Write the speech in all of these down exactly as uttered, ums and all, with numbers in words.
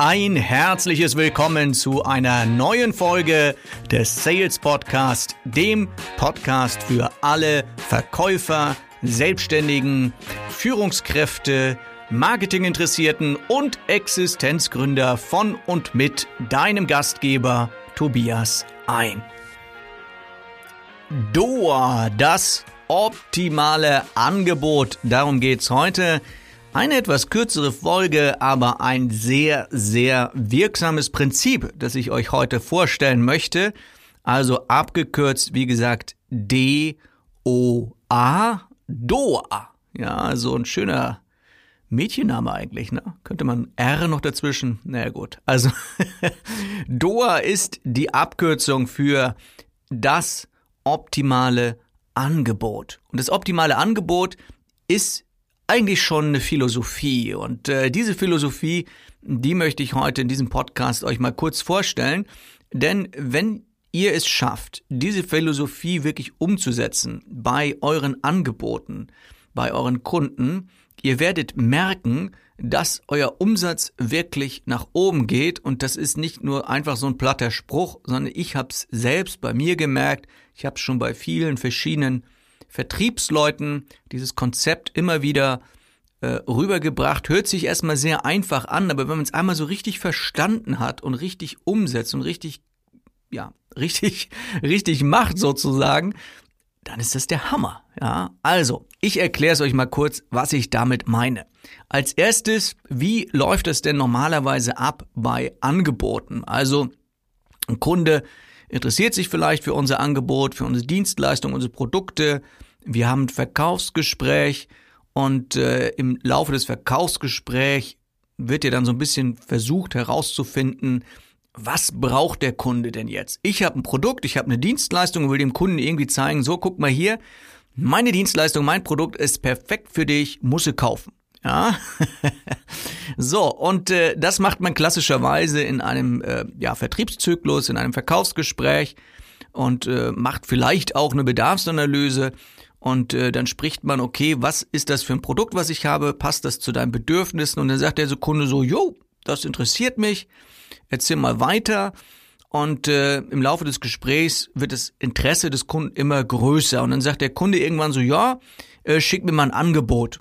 Ein herzliches Willkommen zu einer neuen Folge des Sales Podcast, dem Podcast für alle Verkäufer, Selbstständigen, Führungskräfte, Marketinginteressierten und Existenzgründer von und mit deinem Gastgeber Tobias Ein. D O A, das optimale Angebot, darum geht's heute. Eine etwas kürzere Folge, aber ein sehr, sehr wirksames Prinzip, das ich euch heute vorstellen möchte. Also abgekürzt, wie gesagt, D O A, D O A. Ja, so ein schöner Mädchenname eigentlich, ne? Könnte man R noch dazwischen? Naja gut, also D O A ist die Abkürzung für das optimale Angebot. Und das optimale Angebot ist eigentlich schon eine Philosophie und äh, diese Philosophie, die möchte ich heute in diesem Podcast euch mal kurz vorstellen, denn wenn ihr es schafft, diese Philosophie wirklich umzusetzen bei euren Angeboten, bei euren Kunden, ihr werdet merken, dass euer Umsatz wirklich nach oben geht und das ist nicht nur einfach so ein platter Spruch, sondern ich habe es selbst bei mir gemerkt, ich habe es schon bei vielen verschiedenen Vertriebsleuten dieses Konzept immer wieder äh, rübergebracht. Hört sich erstmal sehr einfach an, aber wenn man es einmal so richtig verstanden hat und richtig umsetzt und richtig, ja, richtig, richtig macht sozusagen, dann ist das der Hammer. Ja, also, ich erkläre es euch mal kurz, was ich damit meine. Als erstes, wie läuft es denn normalerweise ab bei Angeboten? Also, ein Kunde interessiert sich vielleicht für unser Angebot, für unsere Dienstleistung, unsere Produkte. Wir haben ein Verkaufsgespräch und äh, im Laufe des Verkaufsgesprächs wird ja dann so ein bisschen versucht herauszufinden, was braucht der Kunde denn jetzt? Ich habe ein Produkt, ich habe eine Dienstleistung und will dem Kunden irgendwie zeigen, so guck mal hier, meine Dienstleistung, mein Produkt ist perfekt für dich, musst du kaufen. Ja, so und äh, das macht man klassischerweise in einem äh, ja, Vertriebszyklus, in einem Verkaufsgespräch und äh, macht vielleicht auch eine Bedarfsanalyse und äh, dann spricht man, okay, was ist das für ein Produkt, was ich habe, passt das zu deinen Bedürfnissen und dann sagt der Kunde so, jo, das interessiert mich, erzähl mal weiter und äh, im Laufe des Gesprächs wird das Interesse des Kunden immer größer und dann sagt der Kunde irgendwann so, ja, äh, schick mir mal ein Angebot.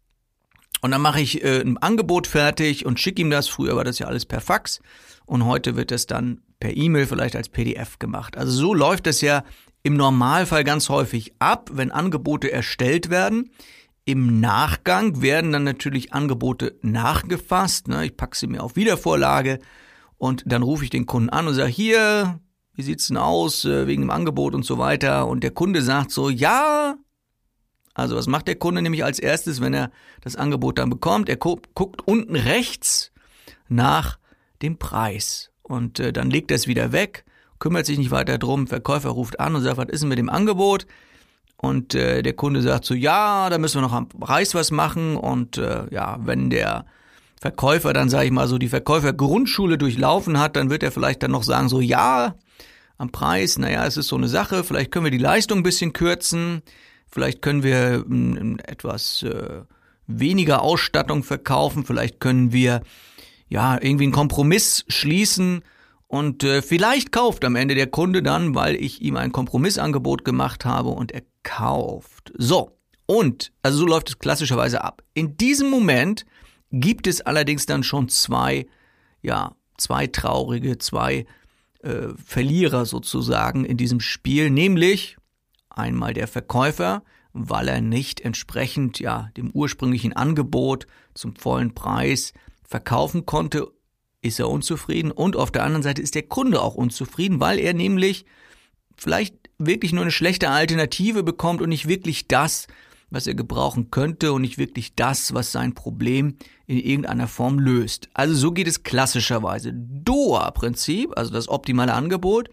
Und dann mache ich äh, ein Angebot fertig und schicke ihm das. Früher war das ja alles per Fax und heute wird das dann per E-Mail vielleicht als P D F gemacht. Also so läuft das ja im Normalfall ganz häufig ab, wenn Angebote erstellt werden. Im Nachgang werden dann natürlich Angebote nachgefasst. Ne? Ich packe sie mir auf Wiedervorlage und dann rufe ich den Kunden an und sage, hier, wie sieht's denn aus äh, wegen dem Angebot und so weiter. Und der Kunde sagt so, ja. Also was macht der Kunde nämlich als erstes, wenn er das Angebot dann bekommt? Er gu- guckt unten rechts nach dem Preis und äh, dann legt er es wieder weg, kümmert sich nicht weiter drum. Verkäufer ruft an und sagt, was ist denn mit dem Angebot? Und äh, der Kunde sagt so, ja, da müssen wir noch am Preis was machen. Und äh, ja, wenn der Verkäufer dann, sage ich mal, so die Verkäufergrundschule durchlaufen hat, dann wird er vielleicht dann noch sagen so, ja, am Preis, naja, es ist so eine Sache, vielleicht können wir die Leistung ein bisschen kürzen. Vielleicht können wir m, etwas äh, weniger Ausstattung verkaufen. Vielleicht können wir ja irgendwie einen Kompromiss schließen und äh, vielleicht kauft am Ende der Kunde dann, weil ich ihm ein Kompromissangebot gemacht habe und er kauft. So, und also so läuft es klassischerweise ab. In diesem Moment gibt es allerdings dann schon zwei, ja, zwei traurige, zwei äh, Verlierer sozusagen in diesem Spiel, nämlich einmal der Verkäufer, weil er nicht entsprechend ja dem ursprünglichen Angebot zum vollen Preis verkaufen konnte, ist er unzufrieden. Und auf der anderen Seite ist der Kunde auch unzufrieden, weil er nämlich vielleicht wirklich nur eine schlechte Alternative bekommt und nicht wirklich das, was er gebrauchen könnte und nicht wirklich das, was sein Problem in irgendeiner Form löst. Also so geht es klassischerweise. D O A-Prinzip, also das optimale Angebot,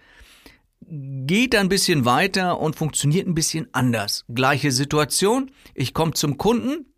geht ein bisschen weiter und funktioniert ein bisschen anders. Gleiche Situation, ich komme zum Kunden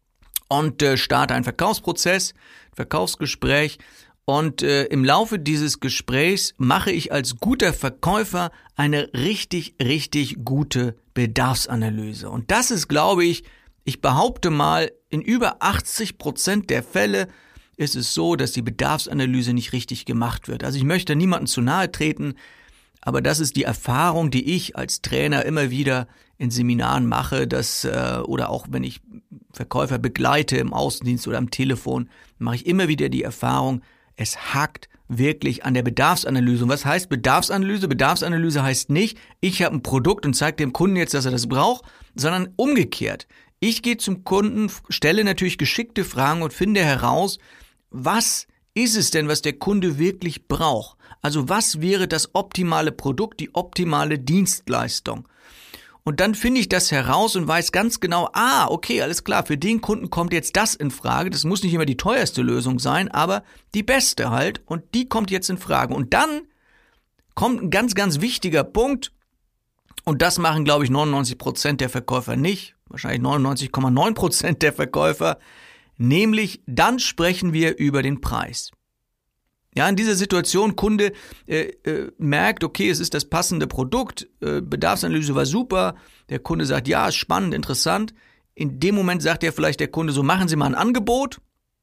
und äh, starte einen Verkaufsprozess, Verkaufsgespräch und äh, im Laufe dieses Gesprächs mache ich als guter Verkäufer eine richtig, richtig gute Bedarfsanalyse. Und das ist, glaube ich, ich behaupte mal, in über achtzig Prozent der Fälle ist es so, dass die Bedarfsanalyse nicht richtig gemacht wird. Also ich möchte niemandem zu nahe treten, aber das ist die Erfahrung, die ich als Trainer immer wieder in Seminaren mache, dass, äh, oder auch wenn ich Verkäufer begleite im Außendienst oder am Telefon, mache ich immer wieder die Erfahrung, es hakt wirklich an der Bedarfsanalyse. Und was heißt Bedarfsanalyse? Bedarfsanalyse heißt nicht, ich habe ein Produkt und zeige dem Kunden jetzt, dass er das braucht, sondern umgekehrt. Ich gehe zum Kunden, stelle natürlich geschickte Fragen und finde heraus, was ist es denn, was der Kunde wirklich braucht? Also was wäre das optimale Produkt, die optimale Dienstleistung? Und dann finde ich das heraus und weiß ganz genau, ah, okay, alles klar, für den Kunden kommt jetzt das in Frage. Das muss nicht immer die teuerste Lösung sein, aber die beste halt. Und die kommt jetzt in Frage. Und dann kommt ein ganz, ganz wichtiger Punkt. Und das machen, glaube ich, neunundneunzig Prozent der Verkäufer nicht. Wahrscheinlich neunundneunzig Komma neun Prozent der Verkäufer. Nämlich, dann sprechen wir über den Preis. Ja, in dieser Situation, Kunde äh, äh, merkt, okay, es ist das passende Produkt, äh, Bedarfsanalyse war super, der Kunde sagt, ja, ist spannend, interessant. In dem Moment sagt ja vielleicht der Kunde so, machen Sie mal ein Angebot.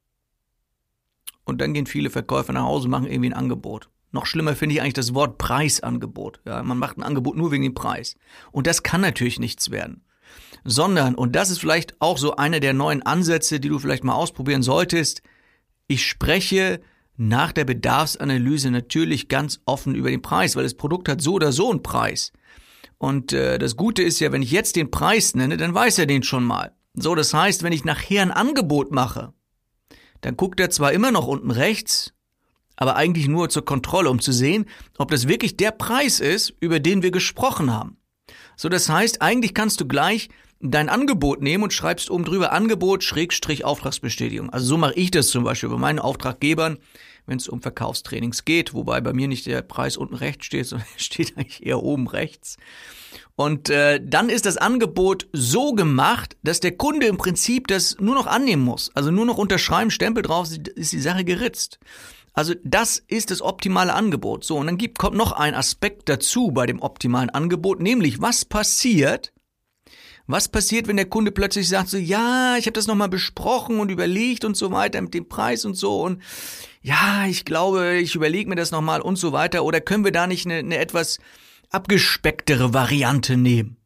Und dann gehen viele Verkäufer nach Hause und machen irgendwie ein Angebot. Noch schlimmer finde ich eigentlich das Wort Preisangebot. Ja, man macht ein Angebot nur wegen dem Preis. Und das kann natürlich nichts werden. Sondern, und das ist vielleicht auch so einer der neuen Ansätze, die du vielleicht mal ausprobieren solltest, ich spreche nach der Bedarfsanalyse natürlich ganz offen über den Preis, weil das Produkt hat so oder so einen Preis. Und äh, das Gute ist ja, wenn ich jetzt den Preis nenne, dann weiß er den schon mal. So, das heißt, wenn ich nachher ein Angebot mache, dann guckt er zwar immer noch unten rechts, aber eigentlich nur zur Kontrolle, um zu sehen, ob das wirklich der Preis ist, über den wir gesprochen haben. So, das heißt, eigentlich kannst du gleich dein Angebot nehmen und schreibst oben drüber Angebot Schrägstrich Auftragsbestätigung. Also so mache ich das zum Beispiel bei meinen Auftraggebern, wenn es um Verkaufstrainings geht, wobei bei mir nicht der Preis unten rechts steht, sondern steht eigentlich eher oben rechts. Und äh, dann ist das Angebot so gemacht, dass der Kunde im Prinzip das nur noch annehmen muss. Also nur noch unterschreiben, Stempel drauf, ist die Sache geritzt. Also das ist das optimale Angebot. So, und dann gibt, kommt noch ein Aspekt dazu bei dem optimalen Angebot, nämlich was passiert, Was passiert, wenn der Kunde plötzlich sagt so, ja, ich habe das nochmal besprochen und überlegt und so weiter mit dem Preis und so und ja, ich glaube, ich überlege mir das nochmal und so weiter, oder können wir da nicht eine, eine etwas abgespecktere Variante nehmen?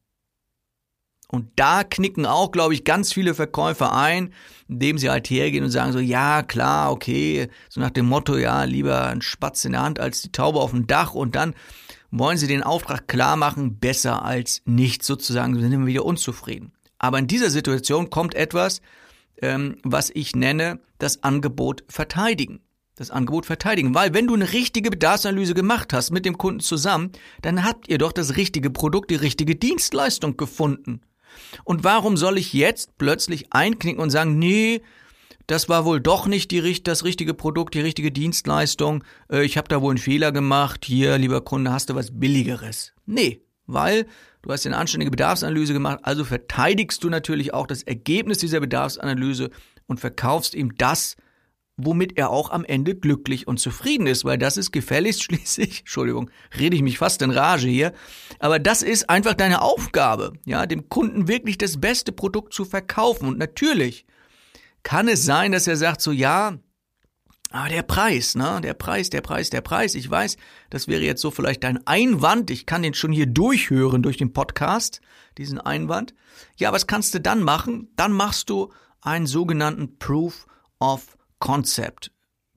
Und da knicken auch, glaube ich, ganz viele Verkäufer ein, indem sie halt hergehen und sagen so, ja, klar, okay, so nach dem Motto, ja, lieber ein Spatz in der Hand als die Taube auf dem Dach, und dann wollen sie den Auftrag klar machen, besser als nichts sozusagen, sie sind immer wieder unzufrieden. Aber in dieser Situation kommt etwas, ähm, was ich nenne, das Angebot verteidigen. Das Angebot verteidigen, weil wenn du eine richtige Bedarfsanalyse gemacht hast mit dem Kunden zusammen, dann habt ihr doch das richtige Produkt, die richtige Dienstleistung gefunden. Und warum soll ich jetzt plötzlich einknicken und sagen, nee, das war wohl doch nicht die, das richtige Produkt, die richtige Dienstleistung, äh, ich habe da wohl einen Fehler gemacht, hier, lieber Kunde, hast du was Billigeres? Nee, weil du hast eine anständige Bedarfsanalyse gemacht, also verteidigst du natürlich auch das Ergebnis dieser Bedarfsanalyse und verkaufst ihm das, womit er auch am Ende glücklich und zufrieden ist, weil das ist gefälligst schließlich, Entschuldigung, rede ich mich fast in Rage hier, aber das ist einfach deine Aufgabe, ja, dem Kunden wirklich das beste Produkt zu verkaufen. Und natürlich kann es sein, dass er sagt so, ja, aber der Preis, ne, der Preis, der Preis, der Preis, ich weiß, das wäre jetzt so vielleicht dein Einwand, ich kann den schon hier durchhören durch den Podcast, diesen Einwand. Ja, was kannst du dann machen? Dann machst du einen sogenannten Proof of Concept,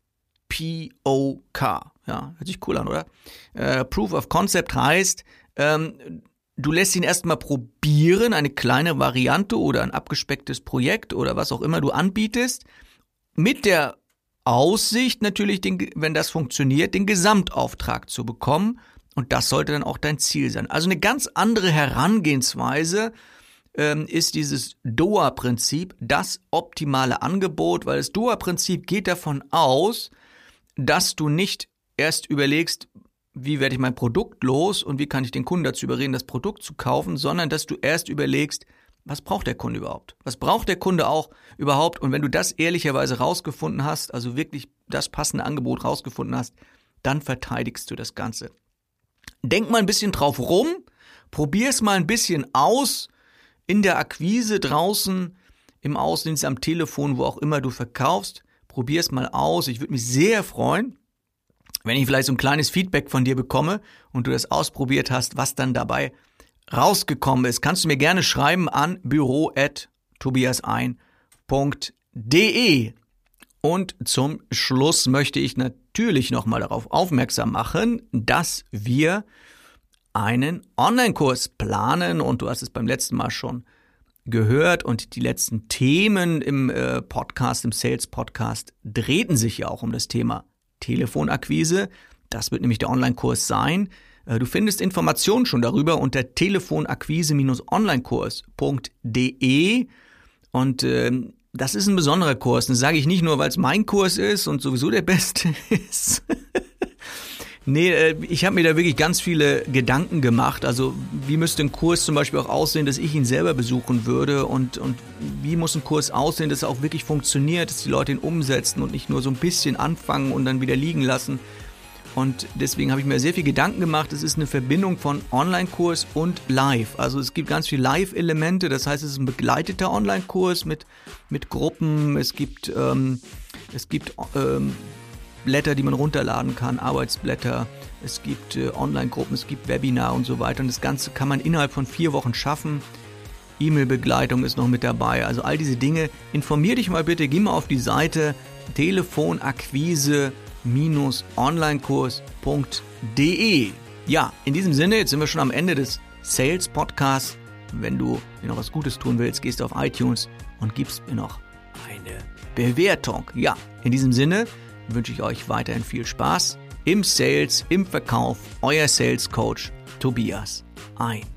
P O K, ja, hört sich cool an, oder? Äh, Proof of Concept heißt, ähm, du lässt ihn erstmal probieren, eine kleine Variante oder ein abgespecktes Projekt oder was auch immer du anbietest, mit der Aussicht natürlich, den, wenn das funktioniert, den Gesamtauftrag zu bekommen, und das sollte dann auch dein Ziel sein. Also eine ganz andere Herangehensweise ist dieses D O A-Prinzip, das optimale Angebot, weil das D O A-Prinzip geht davon aus, dass du nicht erst überlegst, wie werde ich mein Produkt los und wie kann ich den Kunden dazu überreden, das Produkt zu kaufen, sondern dass du erst überlegst, was braucht der Kunde überhaupt? Was braucht der Kunde auch überhaupt? Und wenn du das ehrlicherweise rausgefunden hast, also wirklich das passende Angebot rausgefunden hast, dann verteidigst du das Ganze. Denk mal ein bisschen drauf rum, probier es mal ein bisschen aus, in der Akquise draußen, im Außendienst, am Telefon, wo auch immer du verkaufst. Probier es mal aus. Ich würde mich sehr freuen, wenn ich vielleicht so ein kleines Feedback von dir bekomme und du das ausprobiert hast, was dann dabei rausgekommen ist. Kannst du mir gerne schreiben an büro at tobiasein punkt de. Und zum Schluss möchte ich natürlich nochmal darauf aufmerksam machen, dass wir einen Online-Kurs planen, und du hast es beim letzten Mal schon gehört, und die letzten Themen im äh, Podcast, im Sales-Podcast drehten sich ja auch um das Thema Telefonakquise. Das wird nämlich der Online-Kurs sein. Äh, du findest Informationen schon darüber unter telefonakquise Bindestrich onlinekurs punkt de, und äh, das ist ein besonderer Kurs. Das sage ich nicht nur, weil es mein Kurs ist und sowieso der beste ist. Nee, ich habe mir da wirklich ganz viele Gedanken gemacht. Also wie müsste ein Kurs zum Beispiel auch aussehen, dass ich ihn selber besuchen würde, und, und wie muss ein Kurs aussehen, dass er auch wirklich funktioniert, dass die Leute ihn umsetzen und nicht nur so ein bisschen anfangen und dann wieder liegen lassen. Und deswegen habe ich mir sehr viel Gedanken gemacht. Es ist eine Verbindung von Online-Kurs und Live. Also es gibt ganz viele Live-Elemente, das heißt, es ist ein begleiteter Online-Kurs mit, mit Gruppen. Es gibt, ähm, es gibt ähm, Blätter, die man runterladen kann, Arbeitsblätter. Es gibt äh, Online-Gruppen, es gibt Webinar und so weiter. Und das Ganze kann man innerhalb von vier Wochen schaffen. E-Mail-Begleitung ist noch mit dabei. Also all diese Dinge. Informier dich mal bitte, geh mal auf die Seite telefonakquise Bindestrich onlinekurs punkt de. Ja, in diesem Sinne, jetzt sind wir schon am Ende des Sales Podcasts. Wenn du mir noch was Gutes tun willst, gehst du auf iTunes und gibst mir noch eine Bewertung. Ja, in diesem Sinne wünsche ich euch weiterhin viel Spaß im Sales, im Verkauf. Euer Sales Coach Tobias Ein.